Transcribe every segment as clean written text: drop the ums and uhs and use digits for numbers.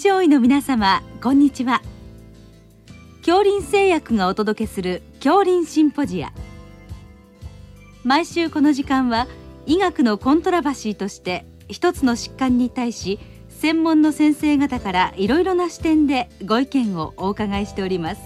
医の皆様、こんにちは。杏林製薬がお届けする杏林シンポジア。毎週この時間は医学のコントラバシーとして一つの疾患に対し専門の先生方からいろいろな視点でご意見をお伺いしております。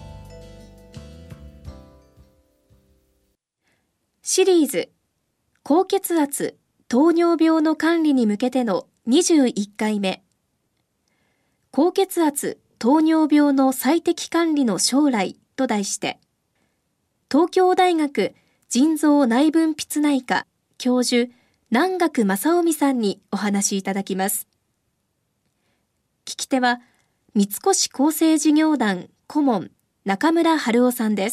シリーズ高血圧・糖尿病の管理に向けての21回目、高血圧・糖尿病の最適管理の将来と題して、東京大学腎臓内分泌内科教授南岳正臣さんにお話しいただきます。聞き手は三越厚生事業団顧問中村春夫さんです。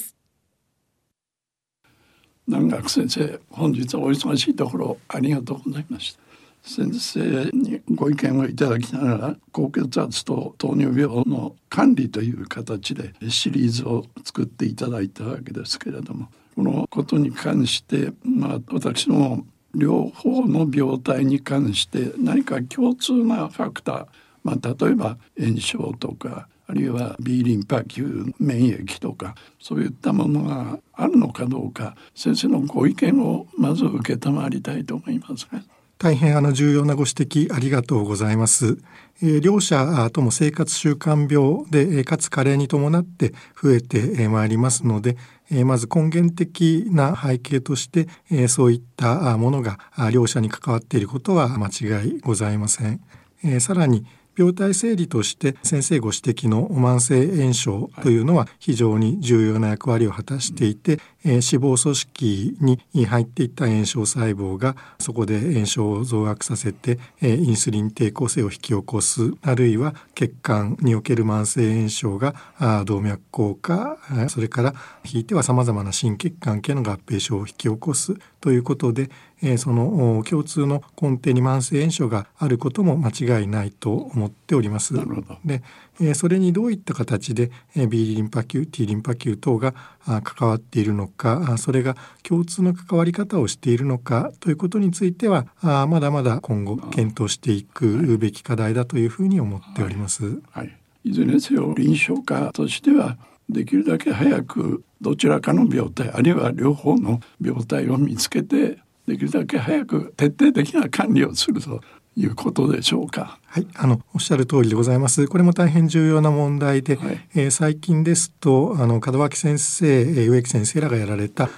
南岳先生、本日はお忙しいところありがとうございました。先生にご意見をいただきながら、高血圧と糖尿病の管理という形でシリーズを作っていただいたわけですけれども、このことに関して、私の両方の病態に関して何か共通なファクター、例えば炎症とか、あるいは B リンパ球免疫とか、そういったものがあるのかどうか、先生のご意見をまず受けたまわりたいと思いますが。 大変重要なご指摘ありがとうございます。両者とも生活習慣病でかつ加齢に伴って増えてまいりますので、まず根源的な背景としてそういったものが両者に関わっていることは間違いございません。さらに病態整理として先生ご指摘の慢性炎症というのは非常に重要な役割を果たしていて、脂肪組織に入っていった炎症細胞がそこで炎症を増悪させてインスリン抵抗性を引き起こす、あるいは血管における慢性炎症が動脈硬化、それからひいてはさまざまな心血管系の合併症を引き起こすということで、その共通の根底に慢性炎症があることも間違いないと思っております。で、それにどういった形で B リンパ球、T リンパ球等が関わっているのか、それが共通の関わり方をしているのかということについてはまだまだ今後検討していくべき課題だというふうに思っております。 いずれにせよ臨床家としてはできるだけ早くどちらかの病態、あるいは両方の病態を見つけて、できるだけ早く徹底的な管理をするということでしょうか。 はい、おっしゃる通りでございます。これも大変重要な問題で、最近ですと門脇先生、植木先生らがやられた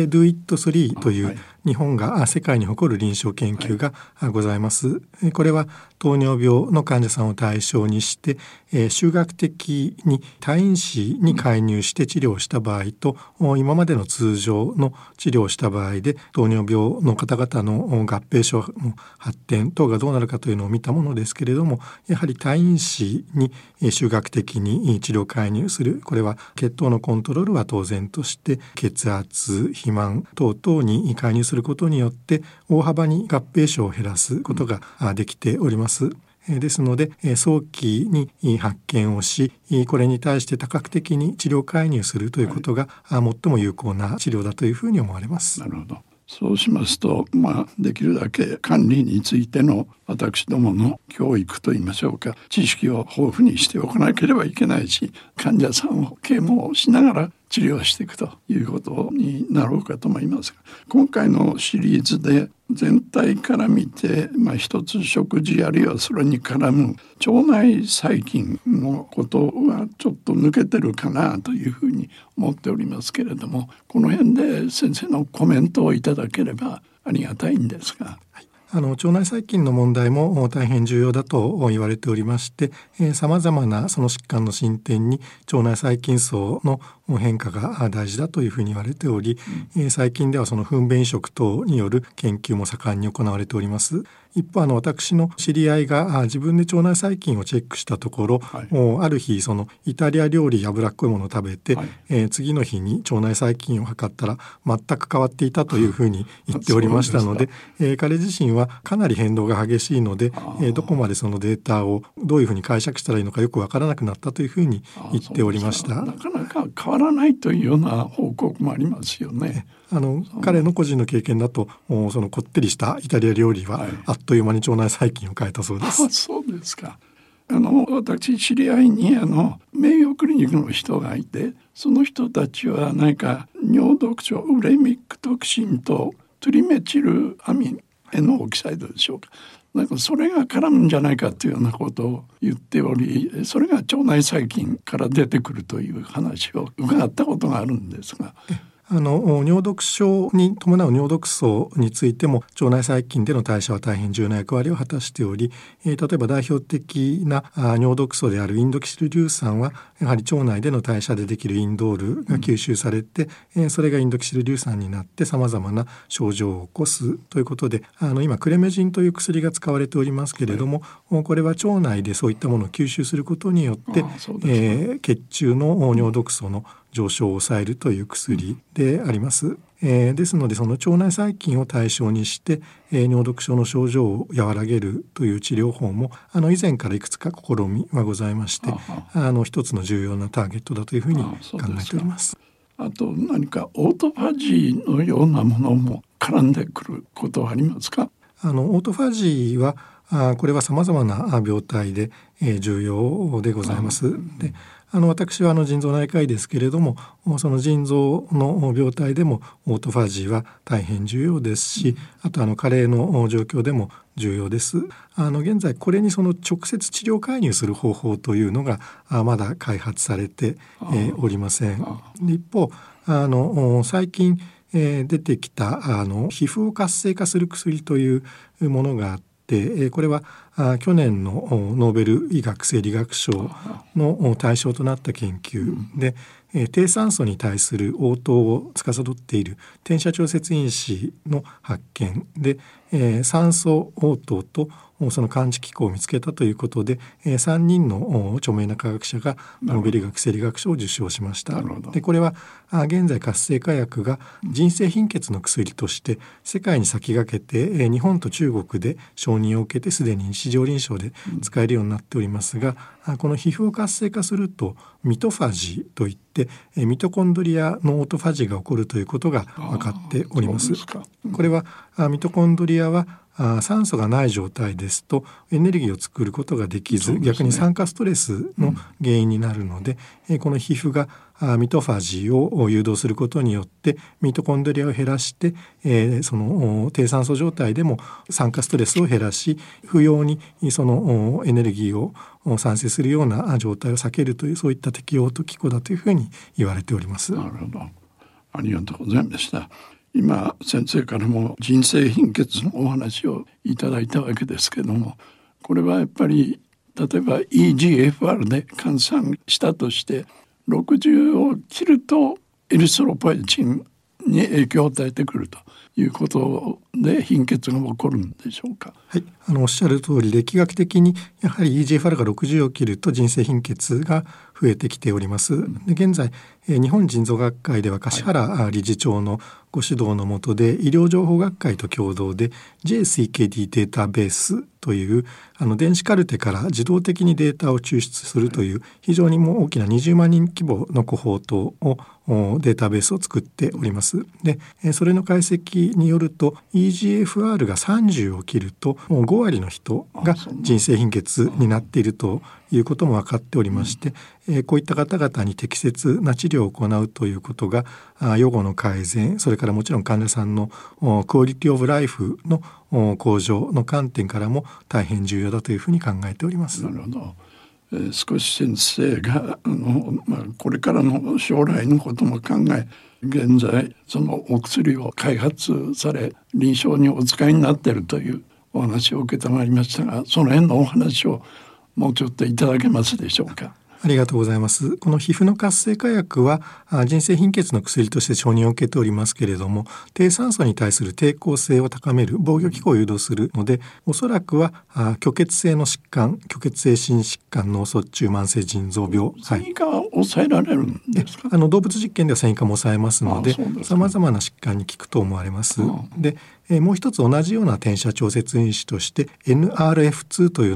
JDoIt3 という日本が世界に誇る臨床研究がございます。これは糖尿病の患者さんを対象にして、集学的に退院士に介入して治療した場合と、今までの通常の治療をした場合で糖尿病の方々の合併症の発展等がどうなるかというのを見たものですけれども、やはり退院士に集学的に治療介入する、これは血糖のコントロールは当然として血圧、肥満等々に介入することによって大幅に合併症を減らすことができております。ですので早期に発見をし、これに対して多角的に治療介入するということが最も有効な治療だというふうに思われます。 なるほど。そうしますと、できるだけ管理についての私どもの教育といいましょうか、知識を豊富にしておかなければいけないし、患者さんを啓蒙しながら治療していくということになろうかと思いますが、今回のシリーズで全体から見て、一つ食事あるいはそれに絡む腸内細菌のことはちょっと抜けてるかなというふうに思っておりますけれども、この辺で先生のコメントをいただければありがたいんですが。 腸内細菌の問題も大変重要だと言われておりまして、さまざまなその疾患の進展に腸内細菌層の変化が大事だというふうに言われており、最近ではその糞便移植等による研究も盛んに行われております。一方私の知り合いが自分で腸内細菌をチェックしたところ、ある日そのイタリア料理脂っこいものを食べて、次の日に腸内細菌を測ったら全く変わっていたというふうに言っておりましたので、彼自身はかなり変動が激しいので、どこまでそのデータをどういうふうに解釈したらいいのかよくわからなくなったというふうに言っておりました。 なかなか変わらないというような報告もありますよね。 彼の個人の経験だとそのこってりしたイタリア料理はあっという間に腸内細菌を変えたそうです。 そうですか。 私知り合いに名誉クリニックの人がいて、その人たちは何か尿毒症ウレミックトクシンとトリメチルアミン N オキサイドでしょうか、なんかそれが絡むんじゃないかというようなことを言っており、それが腸内細菌から出てくるという話を伺ったことがあるんですが、 尿毒症に伴う尿毒素についても腸内細菌での代謝は大変重要な役割を果たしており、例えば代表的な尿毒素であるインドキシル硫酸はやはり腸内での代謝でできるインドールが吸収されて、それがインドキシル硫酸になってさまざまな症状を起こすということで、今クレメジンという薬が使われておりますけれども、これは腸内でそういったものを吸収することによって、血中の尿毒素の上昇を抑えるという薬であります。ですのでその腸内細菌を対象にして、尿毒症の症状を和らげるという治療法も以前からいくつか試みはございまして、一つの重要なターゲットだというふうに考えております。 あと何かオートファジーのようなものも絡んでくることはありますか？ オートファジーはこれはさまざまな病態で重要でございます。で私は腎臓内科医ですけれども、その腎臓の病態でもオートファジーは大変重要ですし、あと加齢の状況でも重要です。現在これにその直接治療介入する方法というのがまだ開発されておりません。一方最近出てきた皮膚を活性化する薬というものがあって、これは去年のノーベル医学生理学賞の対象となった研究で、低酸素に対する応答を司っている転写調節因子の発見で、酸素応答とその感知機構を見つけたということで、3人の著名な科学者がノーベル医学生理学賞を受賞しました。でこれは現在活性化薬が腎性貧血の薬として世界に先駆けて日本と中国で承認を受けてすでに市場臨床で使えるようになっておりますが、この皮膚を活性化するとミトファジーといってミトコンドリアのオートファジーが起こるということが分かっております。これはミトコンドリアは酸素がない状態ですとエネルギーを作ることができず、逆に酸化ストレスの原因になるので、この皮膚がミトファジーを誘導することによってミトコンドリアを減らして、その低酸素状態でも酸化ストレスを減らし、不要にそのエネルギーを産生するような状態を避けるという、そういった適応と機構だというふうに言われております。 なるほど、ありがとうございました。今先生からも腎性貧血のお話をいただいたわけですけども、これはやっぱり例えば EGFR で換算したとして60を切るとエリストロポエチンに影響を与えてくるということで貧血が起こるんでしょうか？ はい、おっしゃる通り歴学的にやはり EGFR が60を切ると腎性貧血が増えてきております。で現在日本腎臓学会では樫原理事長のご指導の下で医療情報学会と共同で JCKD データベースという電子カルテから自動的にデータを抽出するという非常にも大きな20万人規模のコホートをデータベースを作っております。でそれの解析によると EGFR が30を切ると5割の人が腎性貧血になっているということも分かっておりまして、こういった方々に適切な治療を行うということが予後の改善、それからもちろん患者さんのクオリティオブライフの向上の観点からも大変重要だというふうに考えております。 なるほど。少し先生がこれからの将来のことも考え、現在そのお薬を開発され臨床にお使いになっているというお話を受けたまいりましたが、その辺のお話をもうちょっといただけますでしょうか？ ありがとうございます。この皮膚の活性化薬は腎性貧血の薬として承認を受けておりますけれども、低酸素に対する抵抗性を高める防御機構を誘導するので、おそらくは虚血性の疾患、虚血性心疾患、脳卒中、慢性腎臓病、 線維化は抑えられるんですか？ 動物実験では線維化も抑えますので、さまざまな疾患に効くと思われます。でもう一つ同じような転写調節因子として NRF2 というのがあって、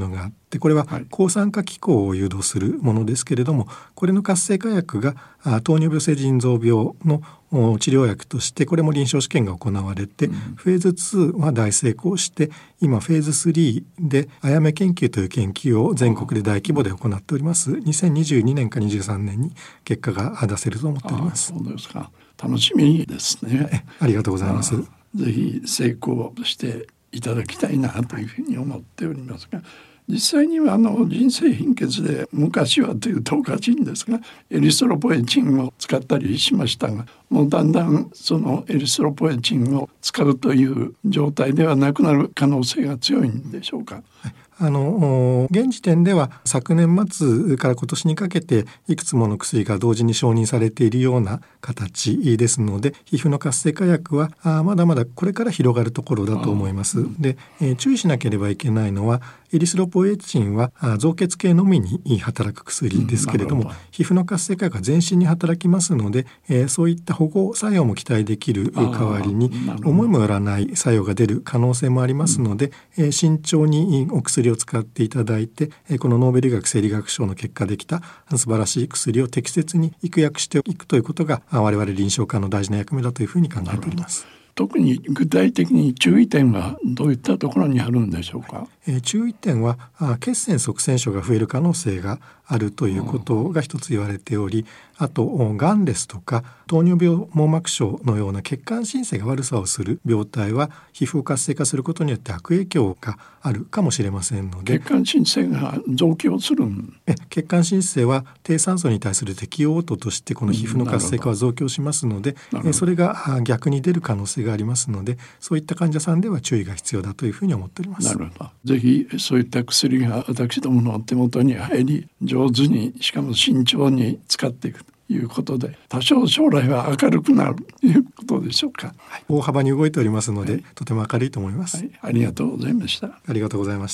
ってこれは抗酸化機構を誘導するものですけれども、これの活性化薬が糖尿病性腎臓病の治療薬としてこれも臨床試験が行われて、フェーズ2は大成功して今フェーズ3であやめ研究という研究を全国で大規模で行っております。2022年か23年に結果が出せると思っております。 そうですか、楽しみですね。 ありがとうございます。 ぜひ成功していただきたいなというふうに思っておりますが、実際には腎性貧血で昔はというとおかしいんですがエリストロポエチンを使ったりしましたが、もうだんだんそのエリストロポエチンを使うという状態ではなくなる可能性が強いんでしょうか。 現時点では昨年末から今年にかけていくつもの薬が同時に承認されているような形ですので、皮膚の活性化薬はまだまだこれから広がるところだと思います。で、注意しなければいけないのはエリスロポエチンは造血系のみに働く薬ですけれども、皮膚の活性化薬は全身に働きますので、そういった保護作用も期待できる代わりに思いもよらない作用が出る可能性もありますので、慎重にお薬を使っていただいて、このノーベル医学生理学賞の結果できた素晴らしい薬を適切に服薬していくということが我々臨床家の大事な役目だというふうに考えております。 特に具体的に注意点はどういったところにあるんでしょうか。 注意点は血栓塞栓症が増える可能性があるということが一つ言われており、あとがんですとか糖尿病網膜症のような血管新生が悪さをする病態は皮膚を活性化することによって悪影響があるかもしれませんので、 血管新生が増強する血管新生は低酸素に対する適応応答としてこの皮膚の活性化は増強しますので、それが逆に出る可能性がありますので、そういった患者さんでは注意が必要だというふうに思っております。 なるほど。ぜひそういった薬が私どもの手元に入り、上手にしかも慎重に使っていくということで、多少将来は明るくなるということでしょうか。 大幅に動いておりますので、とても明るいと思います。 ありがとうございました。 ありがとうございました。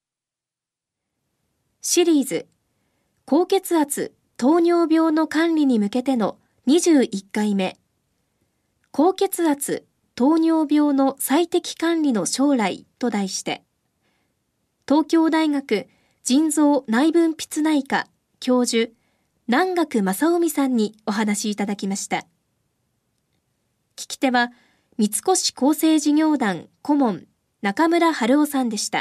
シリーズ高血圧・糖尿病の管理に向けての21回目、高血圧・糖尿病の最適管理の将来と題して、東京大学腎臓内分泌内科教授南岳正臣さんにお話しいただきました。聞き手は三越厚生事業団顧問中村春夫さんでした。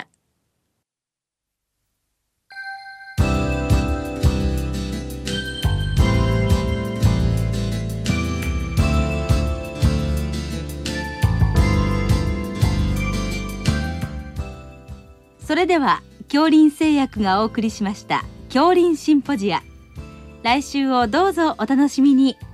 それでは杏林製薬がお送りしました杏林シンポジア、来週をどうぞお楽しみに。